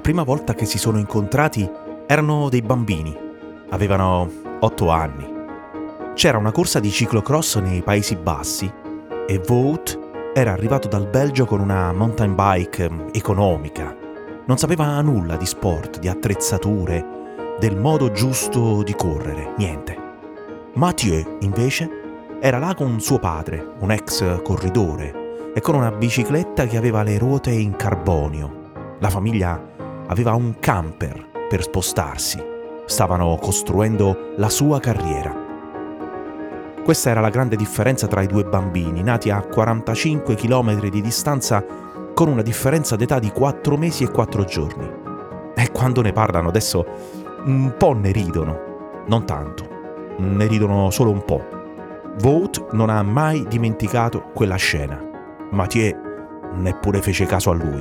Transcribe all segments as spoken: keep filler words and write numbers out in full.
prima volta che si sono incontrati erano dei bambini, avevano otto anni. C'era una corsa di ciclocross nei Paesi Bassi e Wout era arrivato dal Belgio con una mountain bike economica. Non sapeva nulla di sport, di attrezzature, del modo giusto di correre, niente. Mathieu, invece, era là con suo padre, un ex corridore, e con una bicicletta che aveva le ruote in carbonio. La famiglia aveva un camper per spostarsi. Stavano costruendo la sua carriera. Questa era la grande differenza tra i due bambini, nati a quarantacinque chilometri di distanza con una differenza d'età di quattro mesi e quattro giorni. E quando ne parlano adesso un po' ne ridono, non tanto, ne ridono solo un po'. Wout non ha mai dimenticato quella scena. Mathieu neppure fece caso a lui.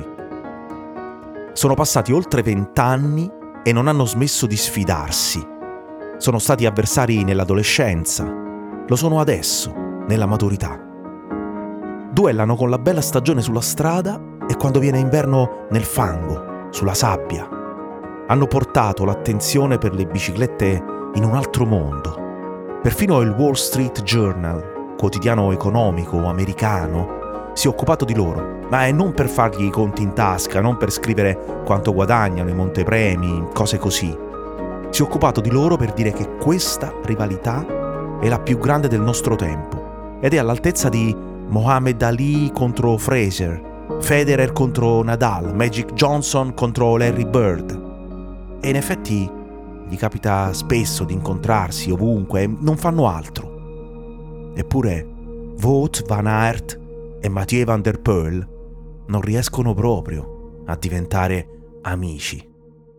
Sono passati oltre vent'anni e non hanno smesso di sfidarsi. Sono stati avversari nell'adolescenza. Lo sono adesso, nella maturità. Duellano con la bella stagione sulla strada e quando viene inverno nel fango, sulla sabbia. Hanno portato l'attenzione per le biciclette in un altro mondo. Perfino il Wall Street Journal, quotidiano economico americano, si è occupato di loro, ma è non per fargli i conti in tasca, non per scrivere quanto guadagnano, i montepremi, cose così. Si è occupato di loro per dire che questa rivalità è la più grande del nostro tempo ed è all'altezza di Muhammad Ali contro Fraser, Federer contro Nadal, Magic Johnson contro Larry Bird. E in effetti gli capita spesso di incontrarsi ovunque e non fanno altro. Eppure Wout van Aert e Mathieu van der Poel non riescono proprio a diventare amici.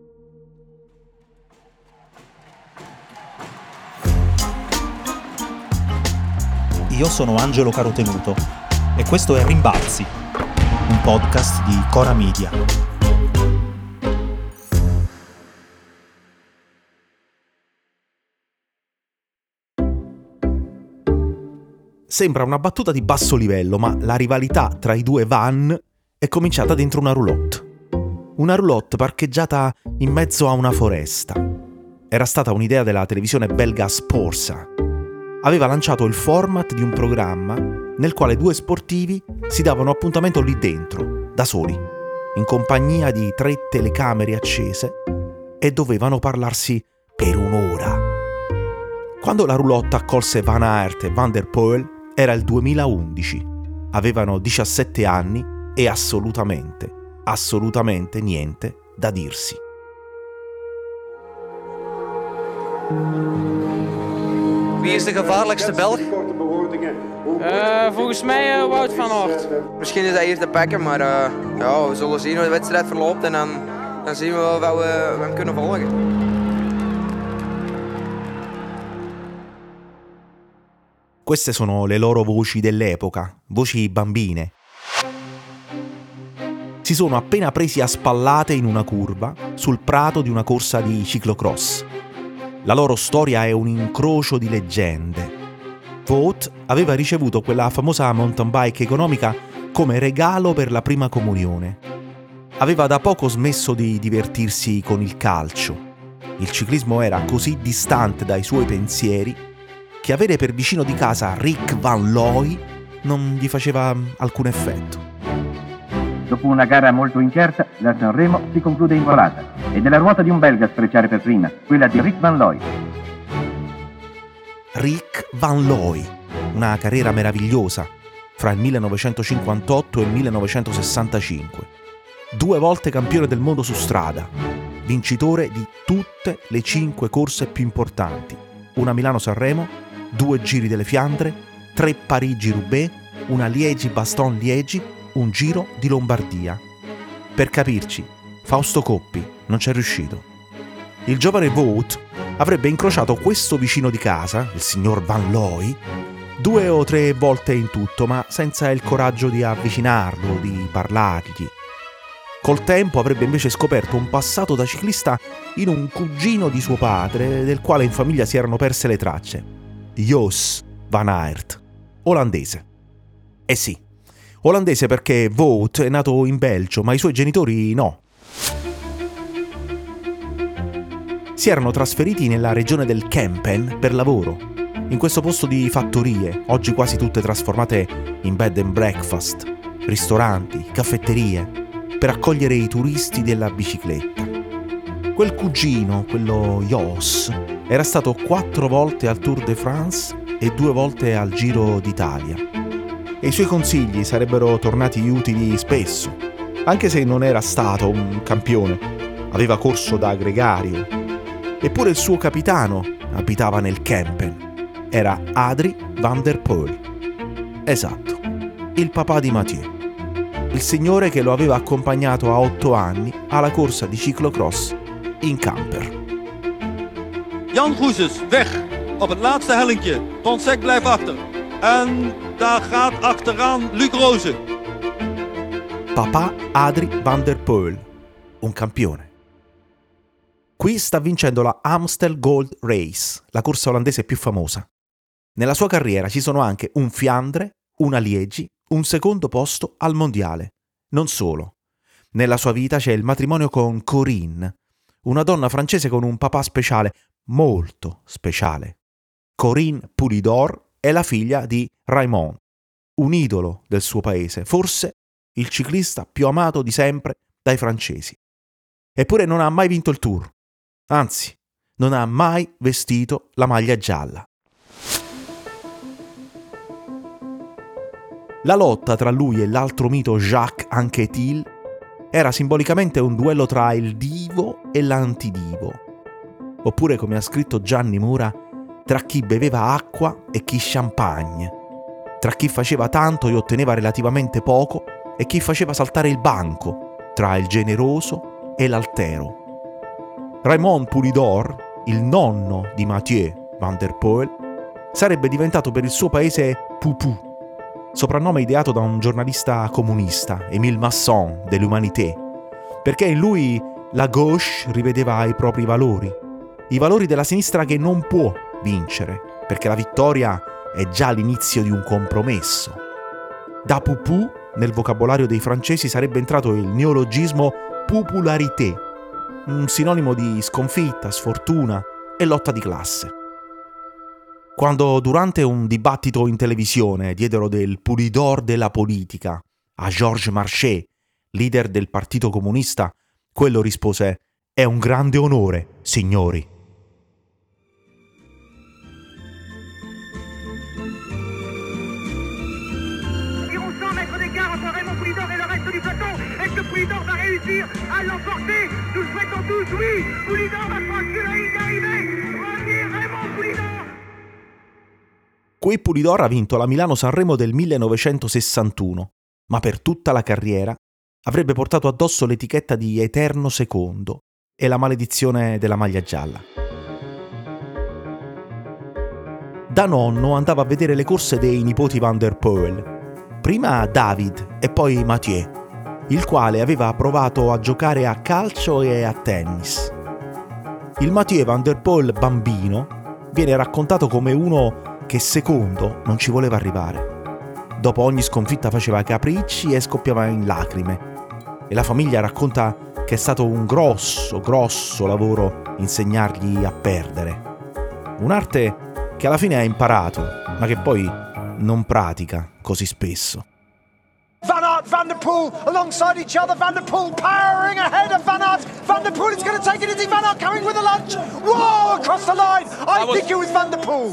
Io sono Angelo Carotenuto e questo è Rimbalzi, un podcast di Cora Media. Sembra una battuta di basso livello, ma la rivalità tra i due van è cominciata dentro una roulotte. Una roulotte parcheggiata in mezzo a una foresta. Era stata un'idea della televisione belga Sporza. Aveva lanciato il format di un programma nel quale due sportivi si davano appuntamento lì dentro, da soli, in compagnia di tre telecamere accese e dovevano parlarsi per un'ora. Quando la roulotte accolse Van Aert e Van der Poel era il duemilaundici. Avevano diciassette anni e assolutamente, assolutamente niente da dirsi. Wie is de gevaarlijkste Belg? Uh, volgens mij uh, Wout van Aert. Misschien is hij hier te pakken, maar uh, ja, we zullen zien hoe de wedstrijd verloopt en dan, dan zien we wel wat we, we hem kunnen volgen. Queste sono le loro voci dell'epoca, voci bambine. Si sono appena presi a spallate in una curva sul prato di una corsa di ciclocross. La loro storia è un incrocio di leggende. Wout aveva ricevuto quella famosa mountain bike economica come regalo per la prima comunione. Aveva da poco smesso di divertirsi con il calcio. Il ciclismo era così distante dai suoi pensieri che avere per vicino di casa Rick Van Looy non gli faceva alcun effetto. Dopo una gara molto incerta, la Sanremo si conclude in volata ed è la ruota di un belga a sfrecciare per prima, quella di Rick Van Looy. Rick Van Looy, una carriera meravigliosa fra il millenovecentocinquantotto e il millenovecentosessantacinque. Due volte campione del mondo su strada, vincitore di tutte le cinque corse più importanti. Una Milano-Sanremo, due Giri delle Fiandre, tre Parigi-Roubaix, una Liegi-Bastogne-Liegi, un Giro di Lombardia. Per capirci, Fausto Coppi non c'è riuscito. Il giovane Wout avrebbe incrociato questo vicino di casa, il signor Van Looy, due o tre volte in tutto, ma senza il coraggio di avvicinarlo, di parlargli. Col tempo avrebbe invece scoperto un passato da ciclista in un cugino di suo padre, del quale in famiglia si erano perse le tracce. Jos Van Aert, olandese. Eh sì, olandese perché Wout è nato in Belgio, ma i suoi genitori no. si erano trasferiti nella regione del Kempen per lavoro, in questo posto di fattorie, oggi quasi tutte trasformate in bed and breakfast, ristoranti, caffetterie, per accogliere i turisti della bicicletta. Quel cugino, quello Jos, era stato quattro volte al Tour de France e due volte al Giro d'Italia. E i suoi consigli sarebbero tornati utili spesso, anche se non era stato un campione, aveva corso da gregario. Eppure il suo capitano abitava nel Kempen, era Adrie van der Poel. Esatto, il papà di Mathieu, il signore che lo aveva accompagnato a otto anni alla corsa di ciclocross in camper. Jan Goeses, weg op het laatste hellinkje. Ponsek blijft achter. En daar gaat achteraan Luc Rose. Papà Adrie van der Poel, un campione. Qui sta vincendo la Amstel Gold Race, la corsa olandese più famosa. Nella sua carriera ci sono anche un Fiandre, una Liegi, un secondo posto al mondiale. Non solo. Nella sua vita c'è il matrimonio con Corinne, una donna francese con un papà speciale, molto speciale. Corinne Poulidor è la figlia di Raymond, un idolo del suo paese, forse il ciclista più amato di sempre dai francesi. Eppure non ha mai vinto il Tour. Anzi, non ha mai vestito la maglia gialla. La lotta tra lui e l'altro mito Jacques Anquetil era simbolicamente un duello tra il divo e l'antidivo. Oppure, come ha scritto Gianni Mura, tra chi beveva acqua e chi champagne, tra chi faceva tanto e otteneva relativamente poco e chi faceva saltare il banco, tra il generoso e l'altero. Raymond Poulidor, il nonno di Mathieu van der Poel, sarebbe diventato per il suo paese Poupou, soprannome ideato da un giornalista comunista, Émile Masson, dell'Humanité, perché in lui la gauche rivedeva i propri valori, i valori della sinistra che non può vincere, perché la vittoria è già l'inizio di un compromesso. Da Poupou, nel vocabolario dei francesi, sarebbe entrato il neologismo popularité, un sinonimo di sconfitta, sfortuna e lotta di classe. Quando durante un dibattito in televisione diedero del Poulidor della politica a Georges Marchais, leader del Partito Comunista, quello rispose: «È un grande onore, signori». Poulidor va réussir à l'emporter. Nous le souhaitons tous, oui. Poulidor va franchir la ligne d'arrivée. Premier Raymond Poulidor. Qui Poulidor ha vinto la Milano-Sanremo del millenovecentosessantuno, ma per tutta la carriera avrebbe portato addosso l'etichetta di eterno secondo e la maledizione della maglia gialla. Da nonno andava a vedere le corse dei nipoti Van der Poel, prima David e poi Mathieu, il quale aveva provato a giocare a calcio e a tennis. Il Mathieu Van der Poel bambino viene raccontato come uno che secondo non ci voleva arrivare. Dopo ogni sconfitta faceva capricci e scoppiava in lacrime. E la famiglia racconta che è stato un grosso, grosso lavoro insegnargli a perdere. Un'arte che alla fine ha imparato, ma che poi non pratica così spesso. Van Aert, Van der Poel alongside each other. Van der Poel powering ahead of Van Aert. Van der Poel is going to take it. Is he Van Aert coming with a lunge? Whoa, across the line. I was... think it was Van der Poel.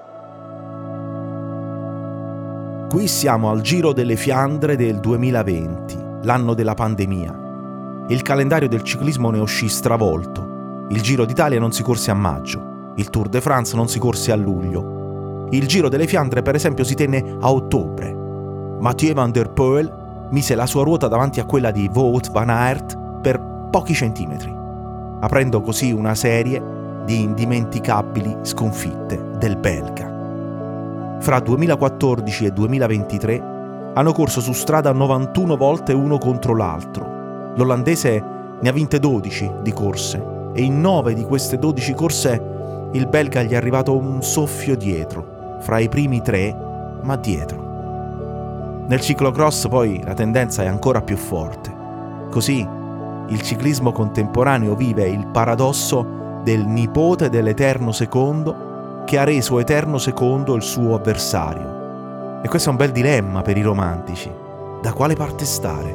Qui siamo al Giro delle Fiandre del duemilaventi, l'anno della pandemia. Il calendario del ciclismo ne uscì stravolto. Il Giro d'Italia non si corse a maggio. Il Tour de France non si corse a luglio. Il Giro delle Fiandre, per esempio, si tenne a ottobre. Mathieu Van der Poel mise la sua ruota davanti a quella di Wout van Aert per pochi centimetri, aprendo così una serie di indimenticabili sconfitte del belga. Fra duemilaquattordici e duemilaventitré hanno corso su strada novantuno volte uno contro l'altro. L'olandese ne ha vinte dodici di corse e in nove di queste dodici corse il belga gli è arrivato un soffio dietro, fra i primi tre, ma dietro. Nel ciclocross poi la tendenza è ancora più forte. Così il ciclismo contemporaneo vive il paradosso del nipote dell'Eterno Secondo che ha reso Eterno Secondo il suo avversario. E questo è un bel dilemma per i romantici. Da quale parte stare?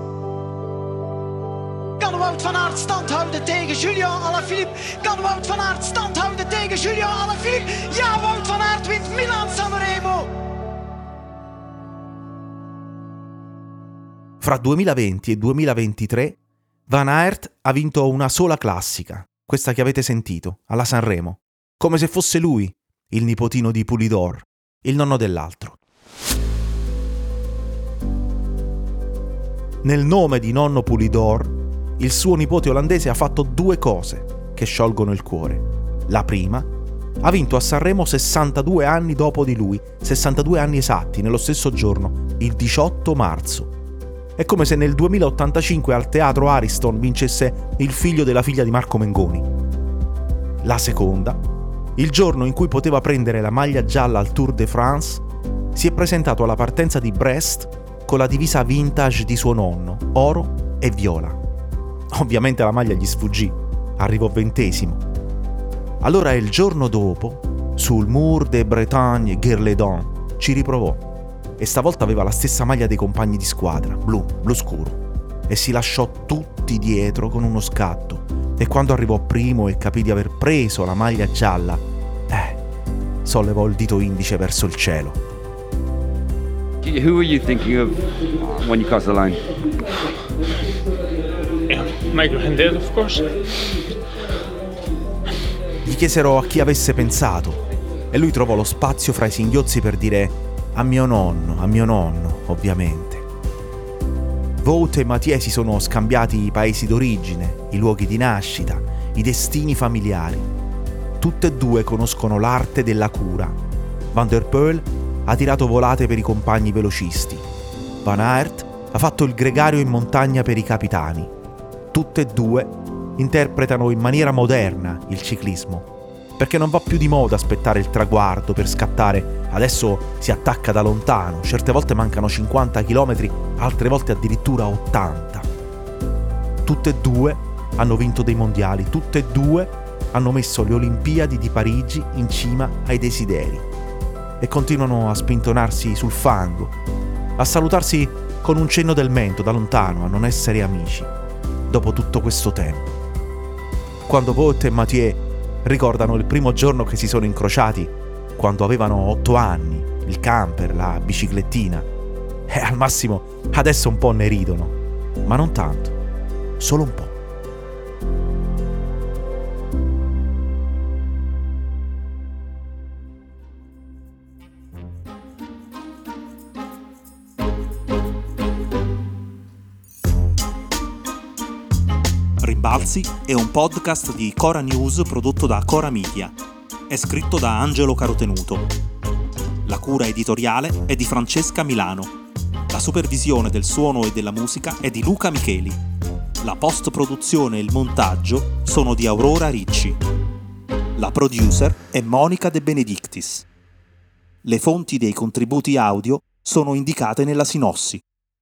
Wout van Aert standhouden tegen Julian Alaphilippe. Kan Wout van Aert standhouden tegen Julian Alaphilippe? Ja, Wout van Aert wint Milaan-Sanremo. Fra duemilaventi e duemilaventitré Van Aert ha vinto una sola classica, questa che avete sentito, alla Sanremo, come se fosse lui, il nipotino di Poulidor, il nonno dell'altro. Nel nome di nonno Poulidor, il suo nipote olandese ha fatto due cose che sciolgono il cuore. La prima, ha vinto a Sanremo sessantadue anni dopo di lui, sessantadue anni esatti, nello stesso giorno, il diciotto marzo. È come se nel duemilaottantacinque al Teatro Ariston vincesse il figlio della figlia di Marco Mengoni. La seconda, il giorno in cui poteva prendere la maglia gialla al Tour de France, si è presentato alla partenza di Brest con la divisa vintage di suo nonno, oro e viola. Ovviamente la maglia gli sfuggì, arrivò ventesimo. Allora il giorno dopo, sul Mur de Bretagne Guerledon, ci riprovò e stavolta aveva la stessa maglia dei compagni di squadra, blu, blu scuro, e si lasciò tutti dietro con uno scatto. E quando arrivò primo e capì di aver preso la maglia gialla, eh, sollevò il dito indice verso il cielo. Who were you thinking of when you crossed the line? Michael Hendel, of course. Gli chiesero a chi avesse pensato e lui trovò lo spazio fra i singhiozzi per dire a mio nonno, a mio nonno, ovviamente. Wout e Mathieu si sono scambiati i paesi d'origine, i luoghi di nascita, i destini familiari. Tutte e due conoscono l'arte della cura. Van der Poel ha tirato volate per i compagni velocisti. Van Aert ha fatto il gregario in montagna per i capitani. Tutte e due interpretano in maniera moderna il ciclismo, perché non va più di moda aspettare il traguardo per scattare. Adesso si attacca da lontano, certe volte mancano cinquanta chilometri, altre volte addirittura ottanta. Tutte e due hanno vinto dei mondiali, tutte e due hanno messo le Olimpiadi di Parigi in cima ai desideri e continuano a spintonarsi sul fango, a salutarsi con un cenno del mento da lontano, a non essere amici dopo tutto questo tempo. Quando Wout e Mathieu ricordano il primo giorno che si sono incrociati, quando avevano otto anni, il camper, la biciclettina, e al massimo adesso un po' ne ridono, ma non tanto, solo un po'. Rimbalzi è un podcast di Cora News prodotto da Cora Media. È scritto da Angelo Carotenuto. La cura editoriale è di Francesca Milano. La supervisione del suono e della musica è di Luca Micheli. La post-produzione e il montaggio sono di Aurora Ricci. La producer è Monica De Benedictis. Le fonti dei contributi audio sono indicate nella sinossi.